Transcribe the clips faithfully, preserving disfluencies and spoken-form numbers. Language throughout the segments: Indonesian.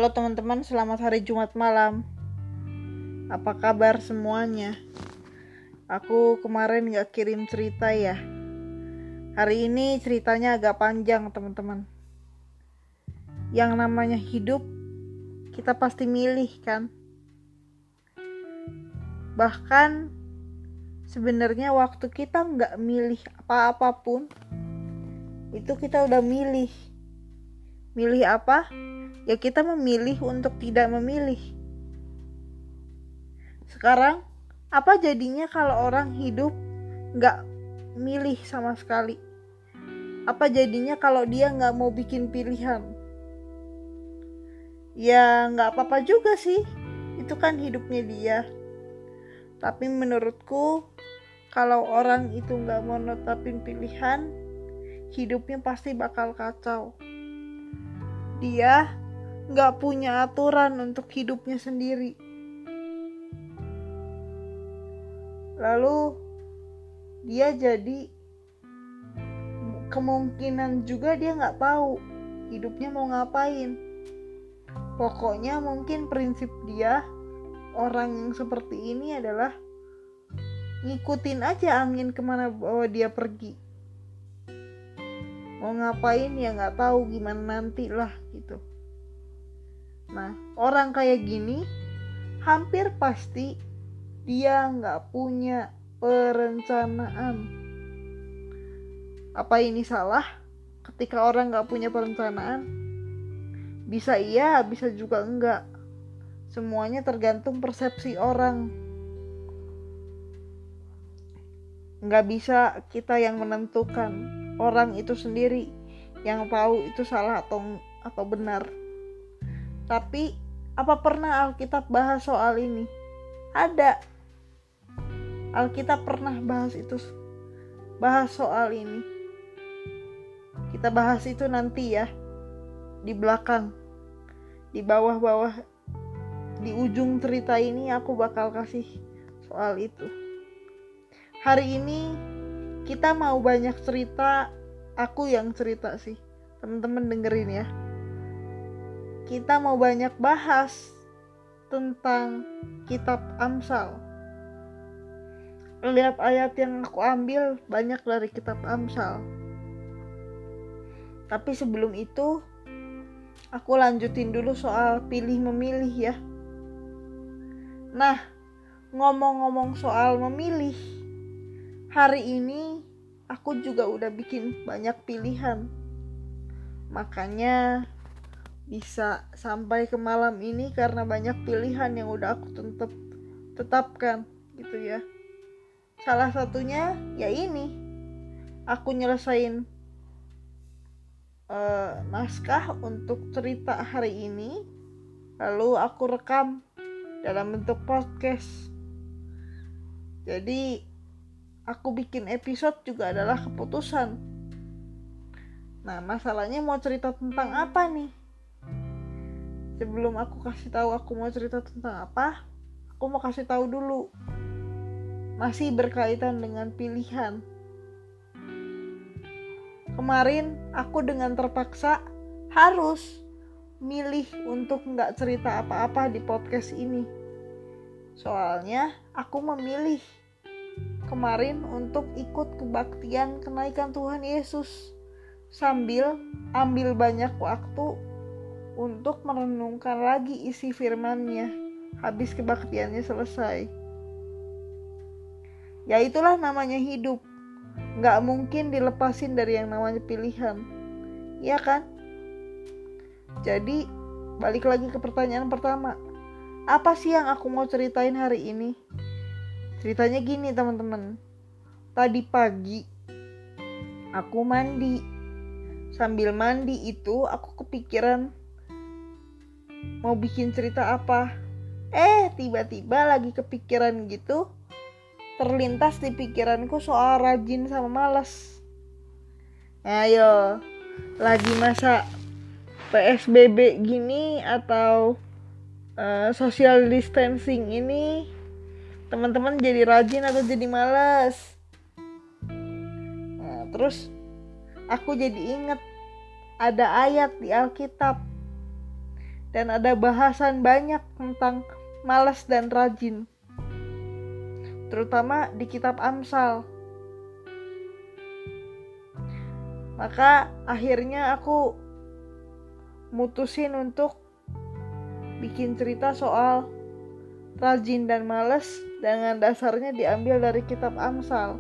Halo teman-teman, selamat hari Jumat malam. Apa kabar semuanya? Aku kemarin gak kirim cerita ya. Hari ini ceritanya agak panjang teman-teman. Yang namanya hidup, kita pasti milih kan? Bahkan sebenarnya waktu kita gak milih apa-apapun, itu kita udah milih. Milih apa? Ya kita memilih untuk tidak memilih. Sekarang apa jadinya kalau orang hidup gak milih sama sekali? Apa jadinya kalau dia gak mau bikin pilihan? Ya gak apa-apa juga sih, itu kan hidupnya dia. Tapi menurutku kalau orang itu gak mau netapin pilihan, hidupnya pasti bakal kacau. Dia gak punya aturan untuk hidupnya sendiri. Lalu dia jadi kemungkinan juga dia gak tahu hidupnya mau ngapain. Pokoknya mungkin prinsip dia, orang yang seperti ini adalah ngikutin aja angin kemana bawa dia pergi. Mau ngapain ya gak tahu, gimana nanti lah gitu. Nah, orang kayak gini hampir pasti dia gak punya perencanaan. Apa ini salah? Ketika orang gak punya perencanaan? Bisa iya, bisa juga enggak. Semuanya tergantung persepsi orang. Gak bisa kita yang menentukan. Orang itu sendiri yang tahu itu salah atau atau benar. Tapi apa pernah Alkitab bahas soal ini? Ada. Alkitab pernah bahas itu, bahas soal ini. Kita bahas itu nanti ya, di belakang, di bawah-bawah, di ujung cerita ini aku bakal kasih soal itu. Hari ini kita mau banyak cerita, aku yang cerita sih, teman-teman dengerin ya. Kita mau banyak bahas tentang kitab Amsal. Lihat ayat yang aku ambil banyak dari kitab Amsal. Tapi sebelum itu, aku lanjutin dulu soal pilih memilih ya. Nah, ngomong-ngomong soal memilih, hari ini aku juga udah bikin banyak pilihan. Makanya bisa sampai ke malam ini karena banyak pilihan yang udah aku tetap tetapkan gitu ya. Salah satunya ya ini, aku nyelesain uh, naskah untuk cerita hari ini, lalu aku rekam dalam bentuk podcast. Jadi aku bikin episode juga adalah keputusan. Nah, masalahnya mau cerita tentang apa nih? Sebelum aku kasih tahu aku mau cerita tentang apa, aku mau kasih tahu dulu. Masih berkaitan dengan pilihan. Kemarin aku dengan terpaksa harus milih untuk nggak cerita apa-apa di podcast ini. Soalnya aku memilih kemarin untuk ikut kebaktian kenaikan Tuhan Yesus sambil ambil banyak waktu untuk merenungkan lagi isi firman-Nya habis kebaktiannya selesai. Ya itulah namanya hidup. Gak mungkin dilepasin dari yang namanya pilihan. Iya kan? Jadi balik lagi ke pertanyaan pertama. Apa sih yang aku mau ceritain hari ini? Ceritanya gini teman-teman. Tadi pagi aku mandi. Sambil mandi itu aku kepikiran mau bikin cerita apa. Eh tiba-tiba lagi kepikiran gitu, terlintas di pikiranku soal rajin sama malas. Ayo, lagi masa P S B B gini atau uh, social distancing ini, teman-teman jadi rajin atau jadi malas? Nah, terus aku jadi inget ada ayat di Alkitab dan ada bahasan banyak tentang malas dan rajin, terutama di kitab Amsal. Maka akhirnya aku mutusin untuk bikin cerita soal rajin dan malas dengan dasarnya diambil dari kitab Amsal.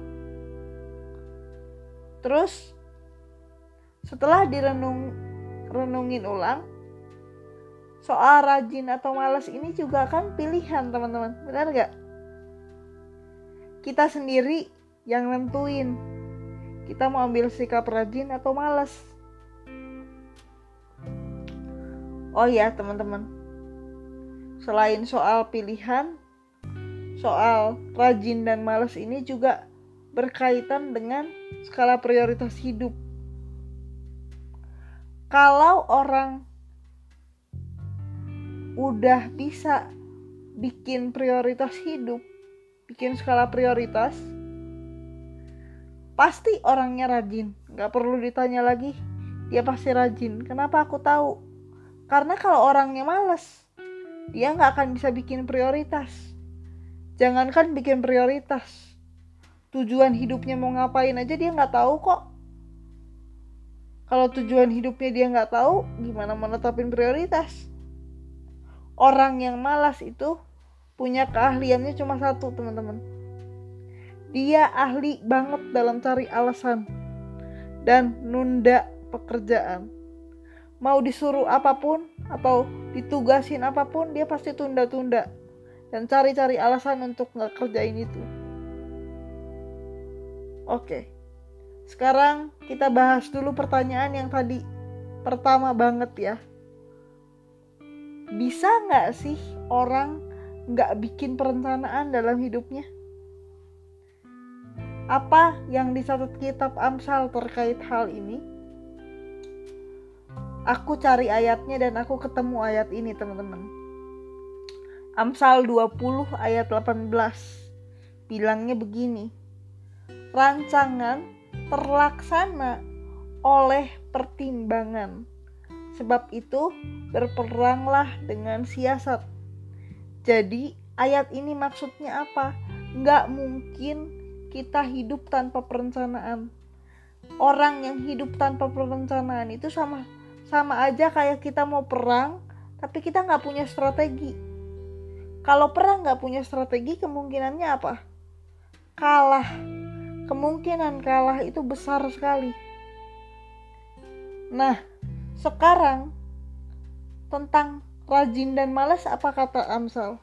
Terus setelah direnung renungin ulang, soal rajin atau malas ini juga kan pilihan, teman-teman. Benar gak? Kita sendiri yang nentuin kita mau ambil sikap rajin atau malas. Oh ya, teman-teman, selain soal pilihan, soal rajin dan malas ini juga berkaitan dengan skala prioritas hidup. Kalau orang udah bisa bikin prioritas hidup, bikin skala prioritas, pasti orangnya rajin. Gak perlu ditanya lagi, dia pasti rajin. Kenapa aku tahu? Karena kalau orangnya malas, dia gak akan bisa bikin prioritas. Jangankan bikin prioritas, tujuan hidupnya mau ngapain aja dia gak tahu kok. Kalau tujuan hidupnya dia gak tahu, gimana menetapin prioritas? Orang yang malas itu punya keahliannya cuma satu, teman-teman. Dia ahli banget dalam cari alasan dan nunda pekerjaan. Mau disuruh apapun atau ditugasin apapun, dia pasti tunda-tunda dan cari-cari alasan untuk gak kerjain itu. Oke, sekarang kita bahas dulu pertanyaan yang tadi pertama banget ya. Bisa gak sih orang gak bikin perencanaan dalam hidupnya? Apa yang dicatat kitab Amsal terkait hal ini? Aku cari ayatnya dan aku ketemu ayat ini, teman-teman. Amsal dua puluh ayat delapan belas bilangnya begini: rancangan terlaksana oleh pertimbangan, sebab itu berperanglah dengan siasat. Jadi ayat ini maksudnya apa? Nggak mungkin kita hidup tanpa perencanaan. Orang yang hidup tanpa perencanaan itu sama sama aja kayak kita mau perang tapi kita nggak punya strategi. Kalau perang nggak punya strategi, kemungkinannya apa? Kalah. Kemungkinan kalah itu besar sekali. Nah, sekarang tentang rajin dan malas, apa kata Amsal?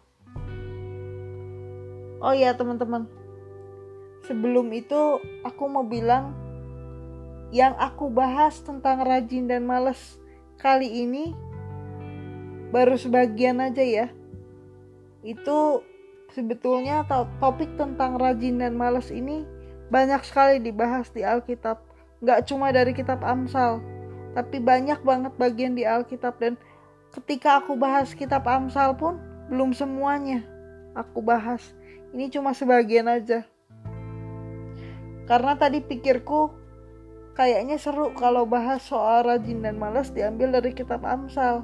Oh ya, teman-teman, sebelum itu aku mau bilang, yang aku bahas tentang rajin dan malas kali ini baru sebagian aja ya. Itu sebetulnya topik tentang rajin dan malas ini banyak sekali dibahas di Alkitab. Gak cuma dari kitab Amsal, tapi banyak banget bagian di Alkitab. Dan ketika aku bahas kitab Amsal pun belum semuanya aku bahas. Ini cuma sebagian aja. Karena tadi pikirku kayaknya seru kalau bahas soal rajin dan malas diambil dari kitab Amsal.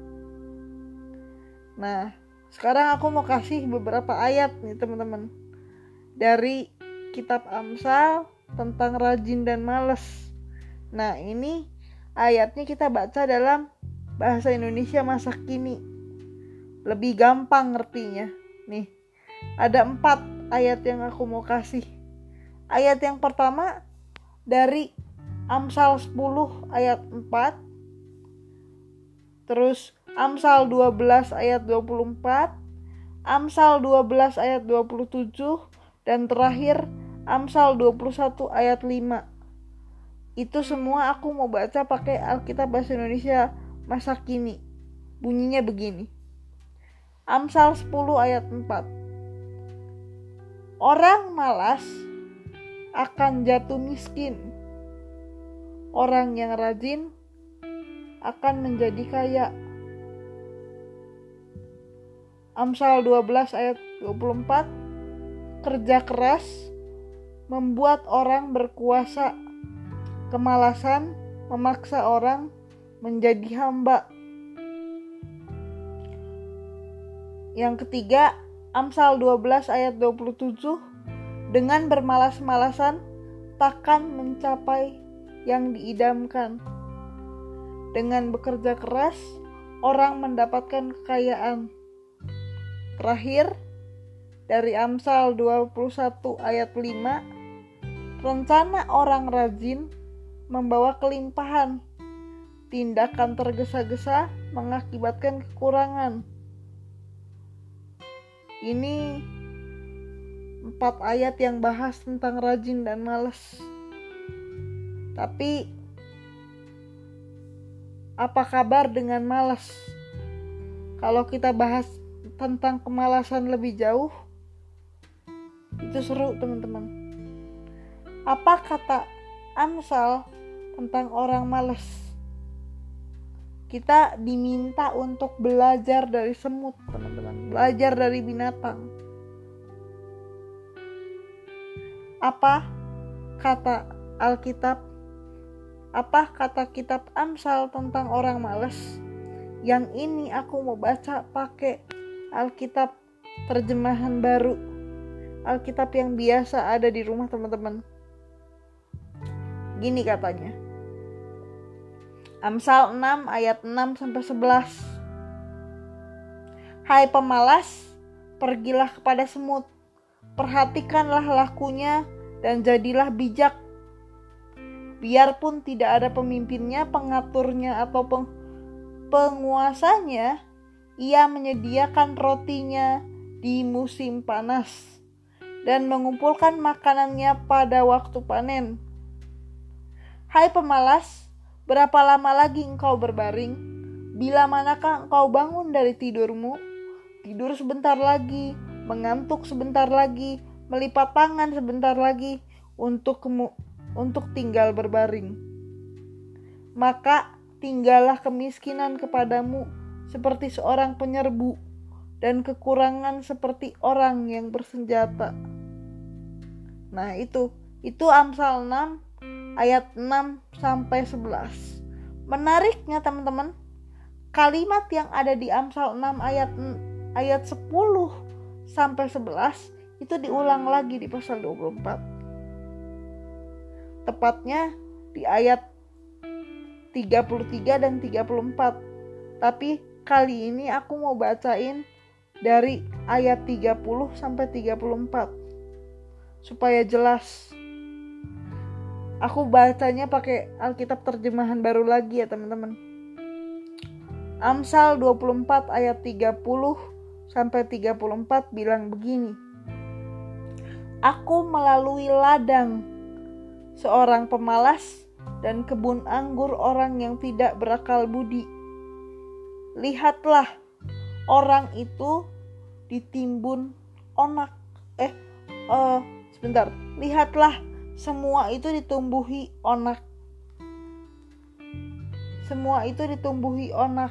Nah, sekarang aku mau kasih beberapa ayat nih, teman-teman, dari kitab Amsal tentang rajin dan malas. Nah, ini ayatnya kita baca dalam bahasa Indonesia masa kini, lebih gampang ngertinya. Nih, ada empat ayat yang aku mau kasih. Ayat yang pertama dari Amsal sepuluh ayat empat, terus Amsal dua belas ayat dua puluh empat, Amsal dua belas ayat dua puluh tujuh, dan terakhir Amsal dua puluh satu ayat lima. Itu semua aku mau baca pakai Alkitab Bahasa Indonesia masa kini. Bunyinya begini. Amsal sepuluh ayat empat. Orang malas akan jatuh miskin. Orang yang rajin akan menjadi kaya. Amsal dua belas ayat dua puluh empat. Kerja keras membuat orang berkuasa. Kemalasan memaksa orang menjadi hamba. Yang ketiga, Amsal dua belas ayat dua puluh tujuh, dengan bermalas-malasan takkan mencapai yang diidamkan. Dengan bekerja keras, orang mendapatkan kekayaan. Terakhir, dari Amsal dua puluh satu ayat lima, rencana orang rajin membawa kelimpahan. Tindakan tergesa-gesa mengakibatkan kekurangan. Ini empat ayat yang bahas tentang rajin dan malas. Tapi apa kabar dengan malas? Kalau kita bahas tentang kemalasan lebih jauh, itu seru teman-teman. Apa kata Amsal tentang orang malas? Kita diminta untuk belajar dari semut, teman-teman. Belajar dari binatang. Apa kata Alkitab? Apa kata kitab Amsal tentang orang malas? Yang ini aku mau baca pakai Alkitab terjemahan baru. Alkitab yang biasa ada di rumah teman-teman. Gini katanya. Amsal enam ayat enam sampai sebelas. Hai pemalas, pergilah kepada semut, perhatikanlah lakunya dan jadilah bijak. Biarpun tidak ada pemimpinnya, pengaturnya atau peng- penguasanya, ia menyediakan rotinya di musim panas dan mengumpulkan makanannya pada waktu panen. Hai pemalas, berapa lama lagi engkau berbaring? Bila manakah engkau bangun dari tidurmu? Tidur sebentar lagi, mengantuk sebentar lagi, melipat tangan sebentar lagi untuk kemu- untuk tinggal berbaring. Maka tinggallah kemiskinan kepadamu seperti seorang penyerbu dan kekurangan seperti orang yang bersenjata. Nah, itu itu Amsal enam ayat enam sampai sebelas. Menariknya teman-teman, kalimat yang ada di Amsal enam ayat ayat sepuluh sampai sebelas itu diulang lagi di pasal dua puluh empat. Tepatnya di ayat tiga puluh tiga dan tiga puluh empat. Tapi kali ini aku mau bacain dari ayat tiga puluh sampai tiga puluh empat supaya jelas. Aku bacanya pakai Alkitab terjemahan baru lagi ya teman-teman. Amsal dua puluh empat ayat tiga puluh sampai tiga puluh empat bilang begini. Aku melalui ladang seorang pemalas dan kebun anggur orang yang tidak berakal budi. Lihatlah, orang itu ditimbun onak. Eh, uh, sebentar. Lihatlah, semua itu ditumbuhi onak. Semua itu ditumbuhi onak.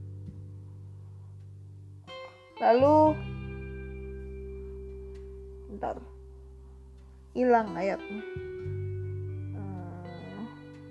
Lalu, bentar, hilang ayatnya. Hmm.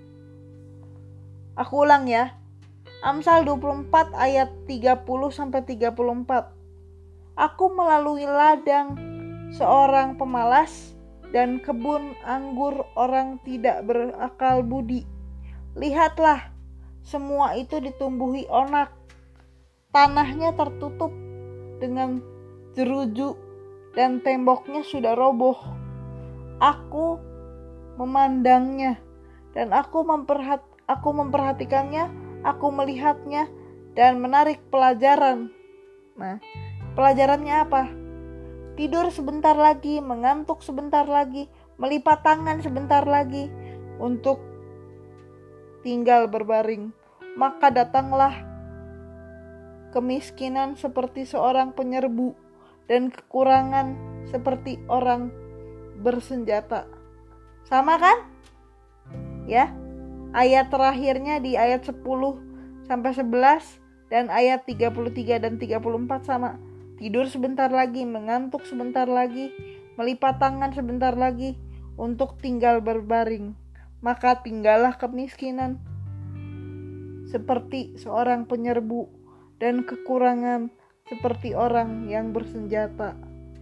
Aku ulang ya. Amsal dua puluh empat ayat tiga puluh sampai tiga puluh empat. Aku melalui ladang seorang pemalas dan kebun anggur orang tidak berakal budi. Lihatlah, semua itu ditumbuhi onak. Tanahnya tertutup dengan jeruju dan temboknya sudah roboh. Aku memandangnya dan aku memperhat aku memperhatikannya, aku melihatnya dan menarik pelajaran. Nah, pelajarannya apa? Tidur sebentar lagi, mengantuk sebentar lagi, melipat tangan sebentar lagi untuk tinggal berbaring. Maka datanglah kemiskinan seperti seorang penyerbu dan kekurangan seperti orang bersenjata. Sama kan? Ya. Ayat terakhirnya di ayat sepuluh sampai sebelas dan ayat tiga puluh tiga dan tiga puluh empat sama. Tidur sebentar lagi, mengantuk sebentar lagi, melipat tangan sebentar lagi untuk tinggal berbaring. Maka tinggallah kemiskinan seperti seorang penyerbu dan kekurangan seperti orang yang bersenjata.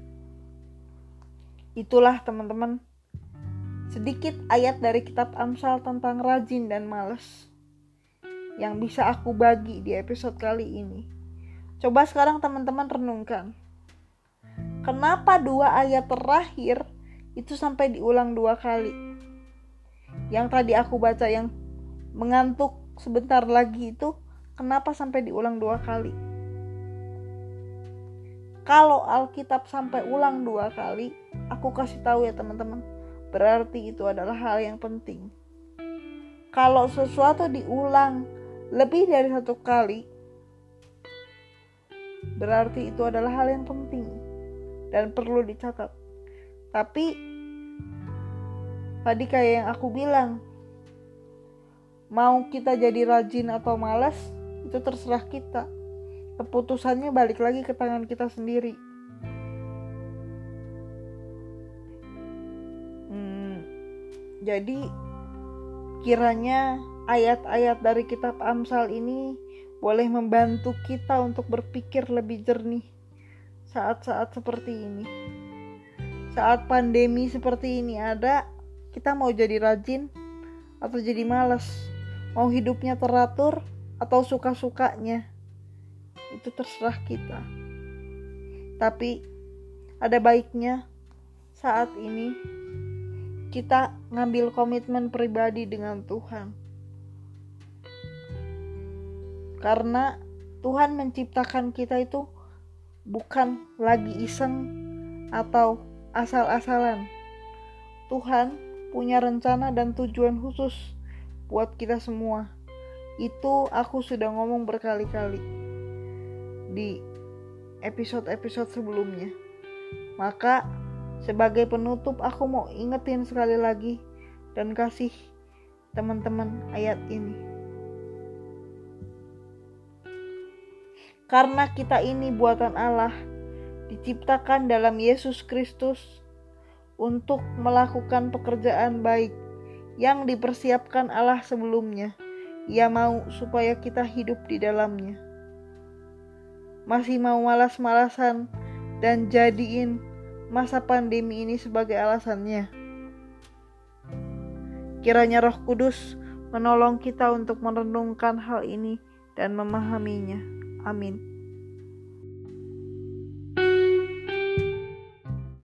Itulah teman-teman, sedikit ayat dari kitab Amsal tentang rajin dan malas yang bisa aku bagi di episode kali ini. Coba sekarang teman-teman renungkan. Kenapa dua ayat terakhir itu sampai diulang dua kali? Yang tadi aku baca yang mengantuk sebentar lagi itu kenapa sampai diulang dua kali? Kalau Alkitab sampai ulang dua kali, aku kasih tahu ya teman-teman, berarti itu adalah hal yang penting. Kalau sesuatu diulang lebih dari satu kali, berarti itu adalah hal yang penting dan perlu dicatat. Tapi tadi kayak yang aku bilang, mau kita jadi rajin atau malas, itu terserah kita. Keputusannya balik lagi ke tangan kita sendiri. Hmm, jadi kiranya ayat-ayat dari kitab Amsal ini boleh membantu kita untuk berpikir lebih jernih saat-saat seperti ini. Saat pandemi seperti ini ada, kita mau jadi rajin atau jadi malas? Mau hidupnya teratur atau suka-sukanya? Itu terserah kita. Tapi ada baiknya saat ini kita ngambil komitmen pribadi dengan Tuhan. Karena Tuhan menciptakan kita itu bukan lagi iseng atau asal-asalan. Tuhan punya rencana dan tujuan khusus buat kita semua. Itu aku sudah ngomong berkali-kali di episode-episode sebelumnya. Maka sebagai penutup aku mau ingetin sekali lagi dan kasih teman-teman ayat ini. Karena kita ini buatan Allah, diciptakan dalam Yesus Kristus untuk melakukan pekerjaan baik yang dipersiapkan Allah sebelumnya. Ia mau supaya kita hidup di dalamnya. Masih mau malas-malasan dan jadiin masa pandemi ini sebagai alasannya? Kiranya Roh Kudus menolong kita untuk merenungkan hal ini dan memahaminya. Amin.